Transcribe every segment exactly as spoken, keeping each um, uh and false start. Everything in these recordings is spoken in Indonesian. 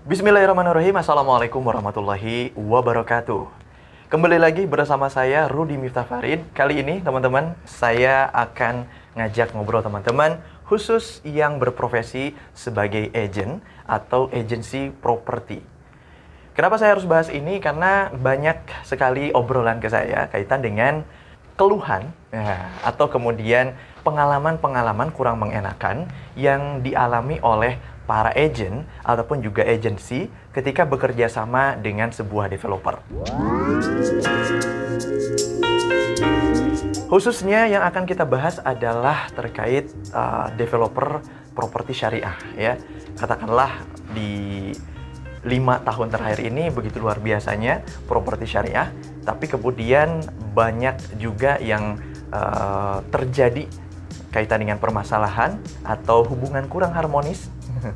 Bismillahirrahmanirrahim. Assalamualaikum warahmatullahi wabarakatuh. Kembali lagi bersama saya Rudi Miftah Farid. Kali ini teman-teman, saya akan ngajak ngobrol teman-teman khusus yang berprofesi sebagai agent atau agensi properti. Kenapa saya harus bahas ini? Karena banyak sekali obrolan ke saya kaitan dengan keluhan ya, atau kemudian pengalaman-pengalaman kurang mengenakan yang dialami oleh para agent ataupun juga agensi ketika bekerja sama dengan sebuah developer. Khususnya yang akan kita bahas adalah terkait uh, developer properti syariah ya. Katakanlah di lima tahun terakhir ini begitu luar biasanya properti syariah, tapi kemudian banyak juga yang uh, terjadi kaitan dengan permasalahan atau hubungan kurang harmonis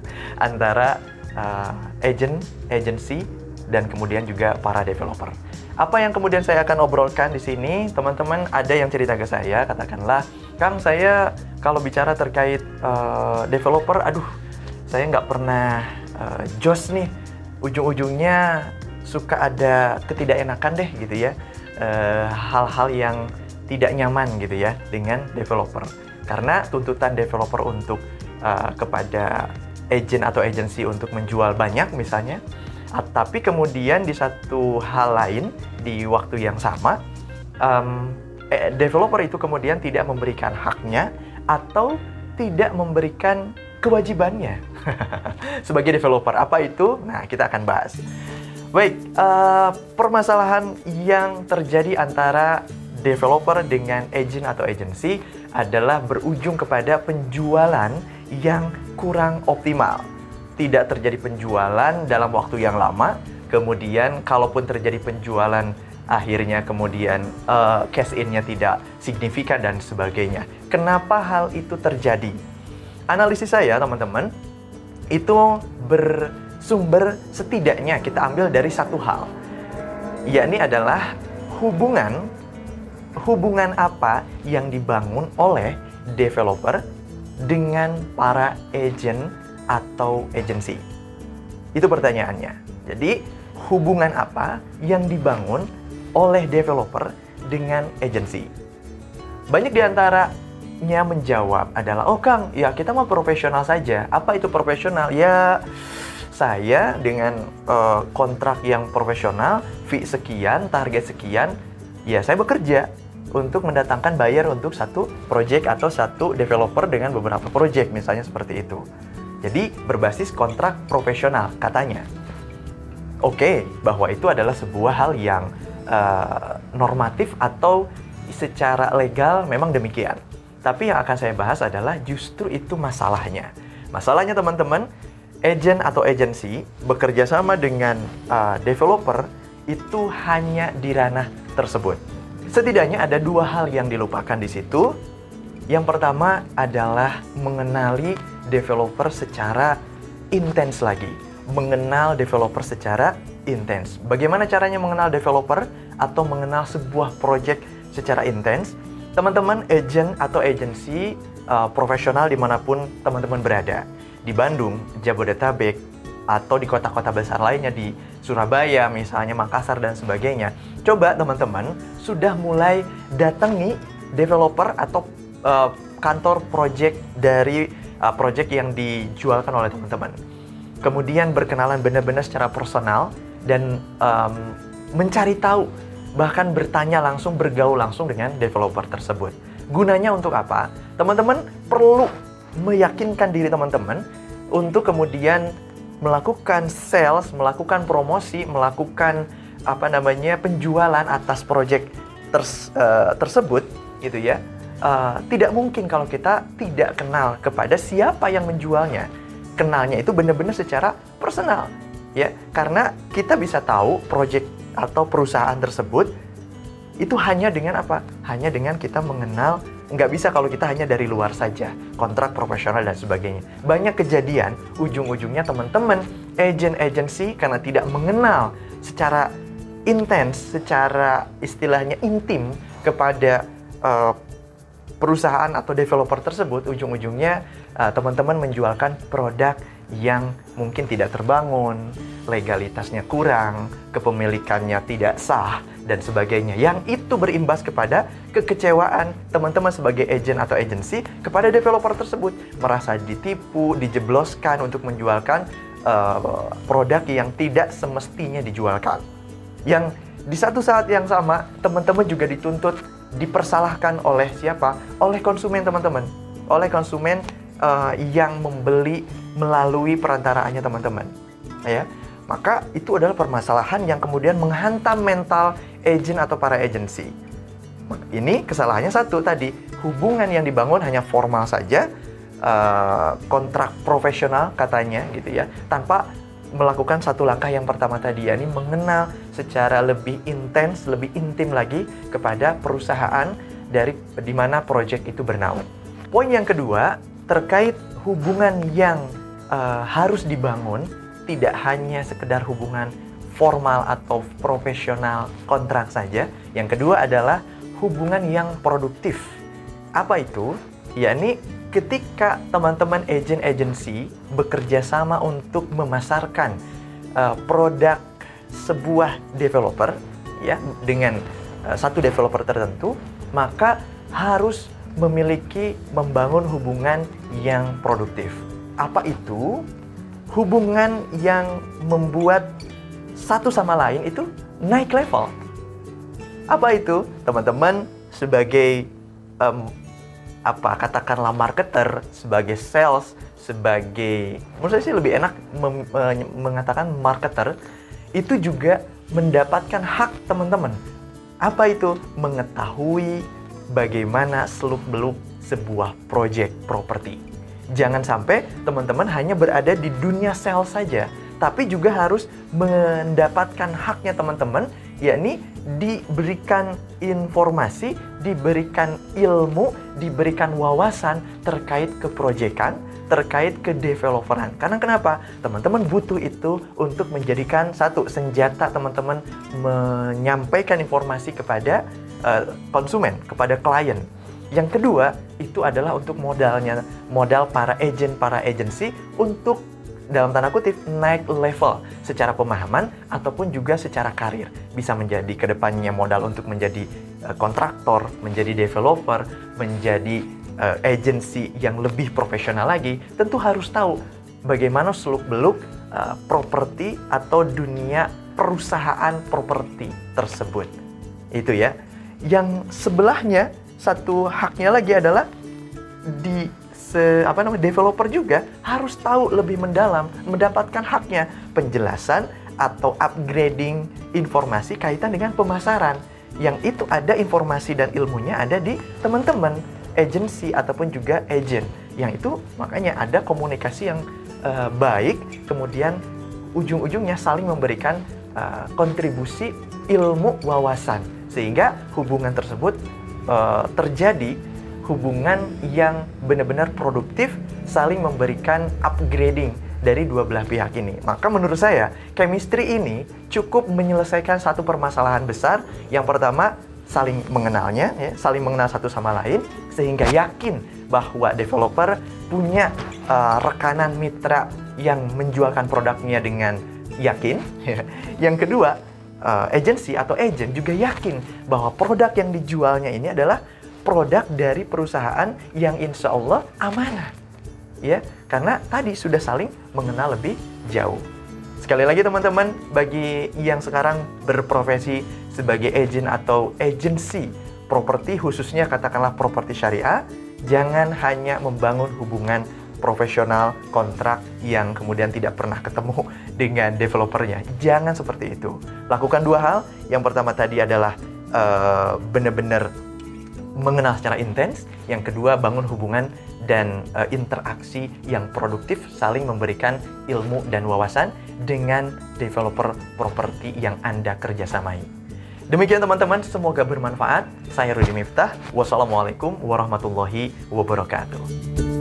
antara uh, agent, agency, dan kemudian juga para developer. Apa yang kemudian saya akan obrolkan di sini, teman-teman ada yang cerita ke saya, katakanlah, Kang, saya kalau bicara terkait uh, developer, aduh, saya nggak pernah uh, jos nih, ujung-ujungnya suka ada ketidakenakan deh gitu ya, uh, hal-hal yang tidak nyaman gitu ya dengan developer. Karena tuntutan developer untuk uh, kepada agent atau agensi untuk menjual banyak misalnya, tapi kemudian di satu hal lain di waktu yang sama um, eh, developer itu kemudian tidak memberikan haknya atau tidak memberikan kewajibannya sebagai developer. Apa itu? Nah, kita akan bahas. Baik, uh, permasalahan yang terjadi antara developer dengan agent atau agensi adalah berujung kepada penjualan yang kurang optimal. Tidak terjadi penjualan dalam waktu yang lama, kemudian kalaupun terjadi penjualan akhirnya kemudian uh, cash in-nya tidak signifikan dan sebagainya. Kenapa hal itu terjadi? Analisis saya teman-teman itu bersumber setidaknya kita ambil dari satu hal, yakni adalah hubungan hubungan apa yang dibangun oleh developer dengan para agent atau agensi. Itu pertanyaannya. Jadi, hubungan apa yang dibangun oleh developer dengan agensi? Banyak diantaranya menjawab adalah, oh Kang, ya kita mau profesional saja. Apa itu profesional? Ya, saya dengan uh, kontrak yang profesional, fee sekian, target sekian, ya saya bekerja untuk mendatangkan buyer untuk satu project atau satu developer dengan beberapa project, misalnya seperti itu. Jadi berbasis kontrak profesional katanya. Oke, bahwa itu adalah sebuah hal yang uh, normatif atau secara legal memang demikian. Tapi yang akan saya bahas adalah justru itu masalahnya. Masalahnya teman-teman, agent atau agensi bekerja sama dengan uh, developer itu hanya di ranah tersebut. Setidaknya ada dua hal yang dilupakan di situ. Yang pertama adalah mengenali developer secara intens lagi. Mengenal developer secara intens. Bagaimana caranya mengenal developer atau mengenal sebuah project secara intens? Teman-teman agent atau agensi uh, profesional dimanapun teman-teman berada. Di Bandung, Jabodetabek, atau di kota-kota besar lainnya di Surabaya, misalnya Makassar dan sebagainya. Coba teman-teman sudah mulai datangi developer atau uh, kantor project dari uh, project yang dijualkan oleh teman-teman. Kemudian berkenalan benar-benar secara personal dan um, mencari tahu, bahkan bertanya langsung, bergaul langsung dengan developer tersebut. Gunanya untuk apa? Teman-teman perlu meyakinkan diri teman-teman untuk kemudian melakukan sales, melakukan promosi, melakukan apa namanya penjualan atas proyek ters, uh, tersebut, gitu ya. Uh, tidak mungkin kalau kita tidak kenal kepada siapa yang menjualnya. Kenalnya itu benar-benar secara personal, ya. Karena kita bisa tahu proyek atau perusahaan tersebut itu hanya dengan apa? Hanya dengan kita mengenal. Nggak bisa kalau kita hanya dari luar saja, kontrak profesional dan sebagainya. Banyak kejadian, ujung-ujungnya teman-teman, agent agency karena tidak mengenal secara intens, secara istilahnya intim kepada uh, perusahaan atau developer tersebut, ujung-ujungnya uh, teman-teman menjualkan produk yang mungkin tidak terbangun, legalitasnya kurang, kepemilikannya tidak sah, dan sebagainya. Yang itu berimbas kepada kekecewaan teman-teman sebagai agent atau agensi kepada developer tersebut. Merasa ditipu, dijebloskan untuk menjualkan uh, produk yang tidak semestinya dijualkan. Yang di satu saat yang sama, teman-teman juga dituntut, dipersalahkan oleh siapa? Oleh konsumen teman-teman. Oleh konsumen uh, yang membeli melalui perantaraannya teman-teman. Ya. Maka itu adalah permasalahan yang kemudian menghantam mental agent atau para agensi. Ini kesalahannya satu tadi, hubungan yang dibangun hanya formal saja, uh, kontrak profesional katanya gitu ya, tanpa melakukan satu langkah yang pertama tadi, yakni mengenal secara lebih intens, lebih intim lagi kepada perusahaan dari di mana proyek itu bernaung. Poin yang kedua terkait hubungan yang uh, harus dibangun. Tidak hanya sekedar hubungan formal atau profesional kontrak saja. Yang kedua adalah hubungan yang produktif. Apa itu? Yakni ketika teman-teman agent agency bekerja sama untuk memasarkan uh, produk sebuah developer ya dengan uh, satu developer tertentu, maka harus memiliki membangun hubungan yang produktif. Apa itu? Hubungan yang membuat satu sama lain itu naik level. Apa itu? Teman-teman sebagai um, apa katakanlah marketer, sebagai sales, sebagai menurut saya sih lebih enak mem, me, mengatakan marketer, itu juga mendapatkan hak teman-teman. Apa itu? Mengetahui bagaimana seluk-beluk sebuah project properti. Jangan sampai teman-teman hanya berada di dunia sales saja, tapi juga harus mendapatkan haknya teman-teman, yakni diberikan informasi, diberikan ilmu, diberikan wawasan terkait keproyekan, terkait kedeveloperan. Karena kenapa? Teman-teman butuh itu untuk menjadikan satu senjata teman-teman menyampaikan informasi kepada uh, konsumen, kepada klien. Yang kedua, itu adalah untuk modalnya, modal para agent, para agensi untuk dalam tanda kutip naik level secara pemahaman ataupun juga secara karir. Bisa menjadi kedepannya modal untuk menjadi uh, kontraktor, menjadi developer, menjadi uh, agensi yang lebih profesional lagi. Tentu harus tahu bagaimana seluk-beluk uh, properti atau dunia perusahaan properti tersebut. Itu ya. Yang sebelahnya, satu haknya lagi adalah di se, apa namanya developer juga harus tahu lebih mendalam, mendapatkan haknya, penjelasan atau upgrading informasi kaitan dengan pemasaran. Yang itu ada informasi dan ilmunya ada di teman-teman agensi ataupun juga agent. Yang itu makanya ada komunikasi yang uh, baik, kemudian ujung-ujungnya saling memberikan uh, kontribusi ilmu wawasan sehingga hubungan tersebut Uh, terjadi hubungan yang benar-benar produktif, saling memberikan upgrading dari dua belah pihak ini. Maka menurut saya, chemistry ini cukup menyelesaikan satu permasalahan besar. Yang pertama, saling mengenalnya, ya, saling mengenal satu sama lain, sehingga yakin bahwa developer punya uh, rekanan mitra yang menjualkan produknya dengan yakin. Yang kedua, Uh, agensi atau agent juga yakin bahwa produk yang dijualnya ini adalah produk dari perusahaan yang insya Allah amanah, ya, karena tadi sudah saling mengenal lebih jauh. Sekali lagi teman-teman, bagi yang sekarang berprofesi sebagai agent atau agensi properti, khususnya katakanlah properti syariah, jangan hanya membangun hubungan profesional kontrak yang kemudian tidak pernah ketemu dengan developernya. Jangan seperti itu. Lakukan dua hal. Yang pertama tadi adalah uh, benar-benar mengenal secara intens. Yang kedua, bangun hubungan dan uh, interaksi yang produktif, saling memberikan ilmu dan wawasan dengan developer properti yang Anda kerjasamai. Demikian teman-teman, semoga bermanfaat. Saya Rudi Miftah. Wassalamualaikum warahmatullahi wabarakatuh.